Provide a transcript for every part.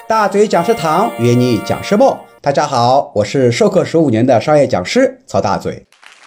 大嘴讲师堂约你讲师梦。大家好，我是授课15年的商业讲师曹大嘴。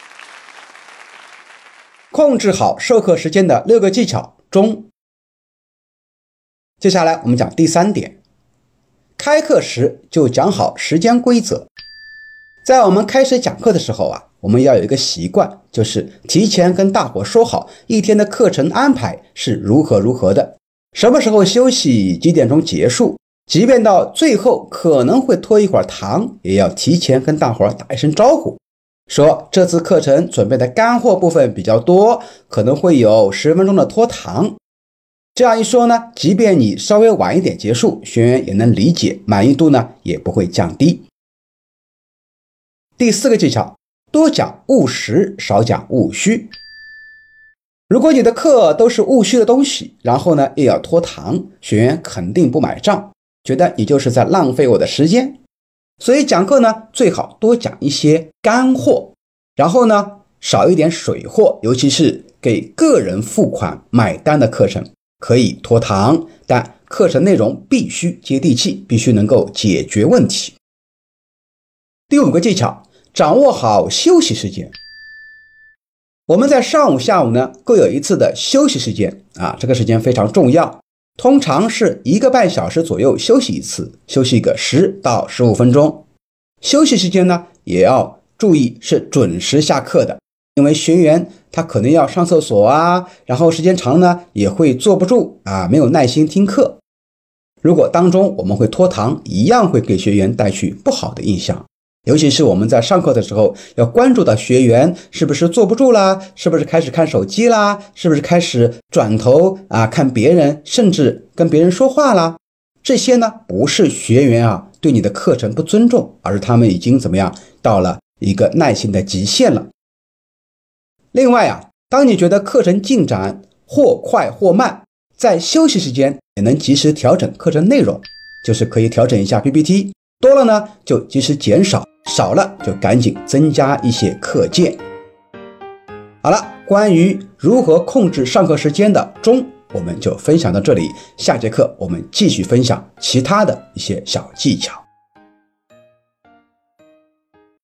控制好授课时间的6个技巧中，接下来我们讲第3点，开课时就讲好时间规则。在我们开始讲课的时候我们要有一个习惯，就是提前跟大伙说好一天的课程安排是如何的，什么时候休息，几点钟结束，即便到最后可能会拖一会儿堂，也要提前跟大伙打一声招呼，说这次课程准备的干货部分比较多，可能会有10分钟的拖堂。这样一说呢，即便你稍微晚一点结束，学员也能理解，满意度呢也不会降低。第4个技巧，多讲务实，少讲务虚。如果你的课都是务虚的东西，然后呢又要拖堂，学员肯定不买账，觉得你就是在浪费我的时间。所以讲课呢最好多讲一些干货，然后呢少一点水货，尤其是给个人付款买单的课程可以拖堂，但课程内容必须接地气，必须能够解决问题。第5个技巧，掌握好休息时间。我们在上午下午呢各有一次的休息时间这个时间非常重要，通常是1个半小时左右休息一次，休息个10到15分钟。休息时间呢也要注意是准时下课的，因为学员他可能要上厕所然后时间长呢也会坐不住没有耐心听课。如果当中我们会拖堂，一样会给学员带去不好的印象。尤其是我们在上课的时候，要关注到学员是不是坐不住啦，是不是开始看手机啦，是不是开始转头看别人，甚至跟别人说话啦。这些呢不是学员对你的课程不尊重，而是他们已经怎么样到了一个耐心的极限了。另外当你觉得课程进展或快或慢，在休息时间也能及时调整课程内容，就是可以调整一下 PPT， 多了呢就及时减少，少了就赶紧增加一些课件。好了，关于如何控制上课时间的中，我们就分享到这里，下节课我们继续分享其他的一些小技巧。